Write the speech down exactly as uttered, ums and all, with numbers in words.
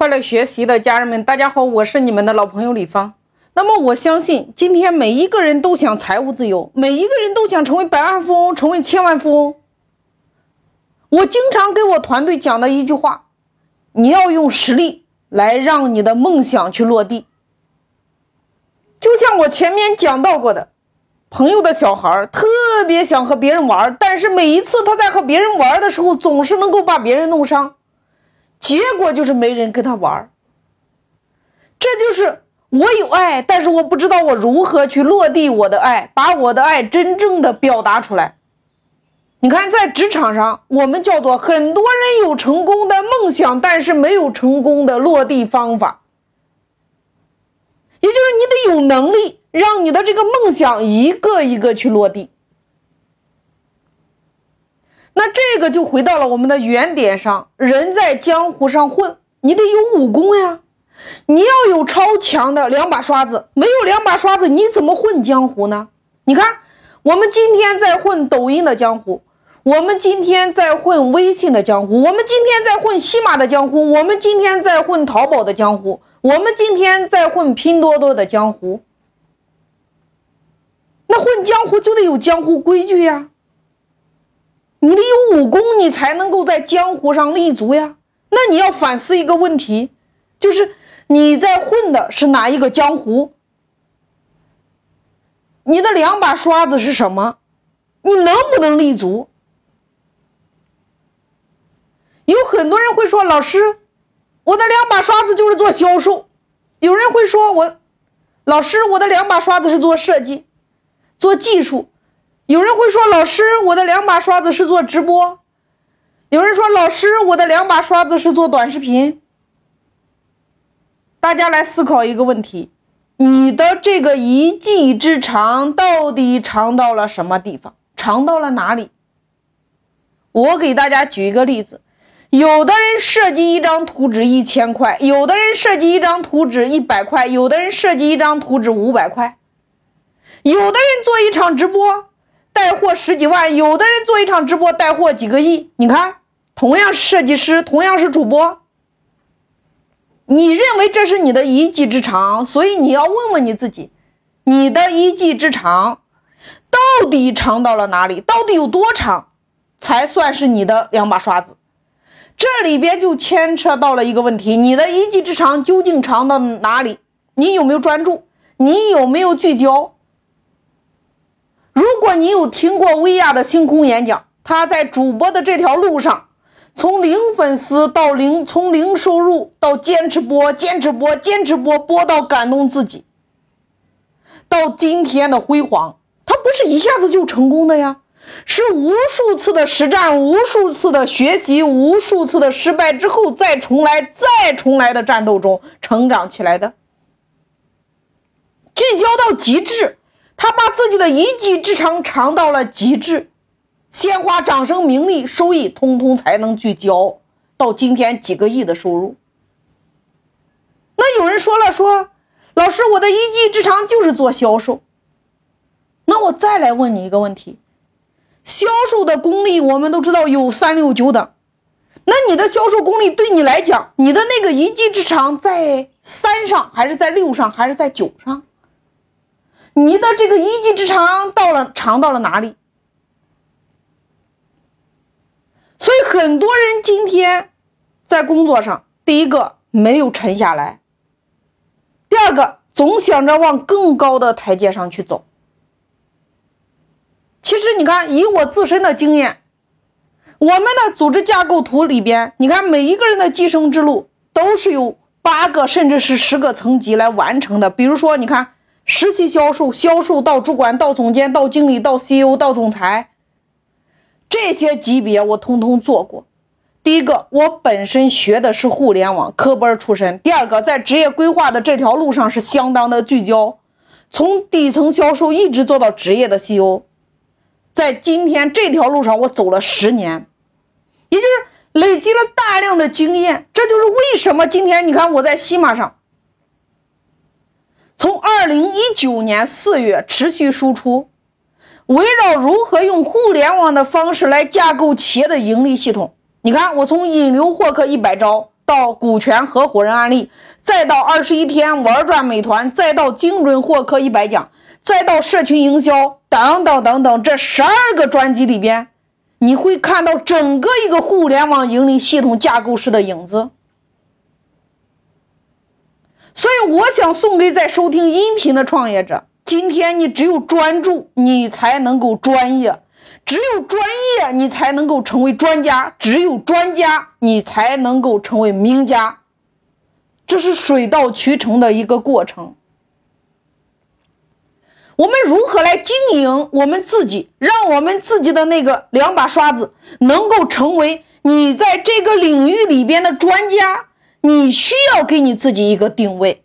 快乐学习的家人们，大家好，我是你们的老朋友李芳。那么我相信今天每一个人都想财务自由，每一个人都想成为百万富翁，成为千万富翁。我经常给我团队讲的一句话，你要用实力来让你的梦想去落地。就像我前面讲到过的，朋友的小孩特别想和别人玩，但是每一次他在和别人玩的时候，总是能够把别人弄伤，结果就是没人跟他玩。这就是我有爱，但是我不知道我如何去落地我的爱，把我的爱真正的表达出来。你看，在职场上，我们叫做很多人有成功的梦想，但是没有成功的落地方法。也就是你得有能力让你的这个梦想一个一个去落地。那这个就回到了我们的原点上，人在江湖上混，你得有武功呀，你要有超强的两把刷子，没有两把刷子你怎么混江湖呢？你看，我们今天在混抖音的江湖，我们今天在混微信的江湖，我们今天在混西马的江湖，我们今天在混淘宝的江湖，我们今天在混拼多多的江湖。那混江湖就得有江湖规矩呀，你得有武功，你才能够在江湖上立足呀。那你要反思一个问题，就是你在混的是哪一个江湖？你的两把刷子是什么？你能不能立足？有很多人会说，老师，我的两把刷子就是做销售。有人会说，我老师，我的两把刷子是做设计，做技术。有人会说，老师，我的两把刷子是做直播。有人说，老师，我的两把刷子是做短视频。大家来思考一个问题，你的这个一技之长到底长到了什么地方？长到了哪里？我给大家举一个例子，有的人设计一张图纸一千块，有的人设计一张图纸一百块，有的人设计一张图纸五百块，有的人做一场直播带货十几万，有的人做一场直播带货几个亿。你看，同样是设计师，同样是主播，你认为这是你的一技之长，所以你要问问你自己，你的一技之长到底长到了哪里？到底有多长才算是你的两把刷子？这里边就牵扯到了一个问题，你的一技之长究竟长到哪里？你有没有专注？你有没有聚焦？如果你有听过薇娅的星空演讲，她在主播的这条路上，从零粉丝到零，从零收入到坚持播，坚持播，坚持播，播到感动自己，到今天的辉煌，她不是一下子就成功的呀，是无数次的实战，无数次的学习，无数次的失败之后再重来，再重来的战斗中成长起来的。聚焦到极致，他把自己的一技之长长到了极致，鲜花、掌声、名利、收益通通才能聚焦到今天几个亿的收入。那有人说了，说老师，我的一技之长就是做销售。那我再来问你一个问题，销售的功力我们都知道有三六九等，那你的销售功力对你来讲，你的那个一技之长在三上，还是在六上，还是在九上？你的这个一技之长到了长到了哪里？所以很多人今天在工作上，第一个没有沉下来，第二个总想着往更高的台阶上去走。其实你看，以我自身的经验，我们的组织架构图里边，你看每一个人的晋升之路都是有八个甚至是十个层级来完成的。比如说你看，实习销售，销售到主管，到总监，到经理，到 C E O， 到总裁，这些级别我通通做过。第一个，我本身学的是互联网科班出身；第二个，在职业规划的这条路上是相当的聚焦，从底层销售一直做到职业的 C E O。在今天这条路上我走了十年，也就是累积了大量的经验。这就是为什么今天你看我在西马上从二零一九年四月持续输出，围绕如何用互联网的方式来架构企业的盈利系统。你看，我从引流获客一百招到股权合伙人案例，再到二十一天玩转美团，再到精准获客一百讲，再到社群营销等等等等，这十二个专辑里边，你会看到整个一个互联网盈利系统架构式的影子。所以我想送给在收听音频的创业者，今天你只有专注，你才能够专业，只有专业你才能够成为专家，只有专家你才能够成为名家，这是水到渠成的一个过程。我们如何来经营我们自己，让我们自己的那个两把刷子能够成为你在这个领域里边的专家，你需要给你自己一个定位。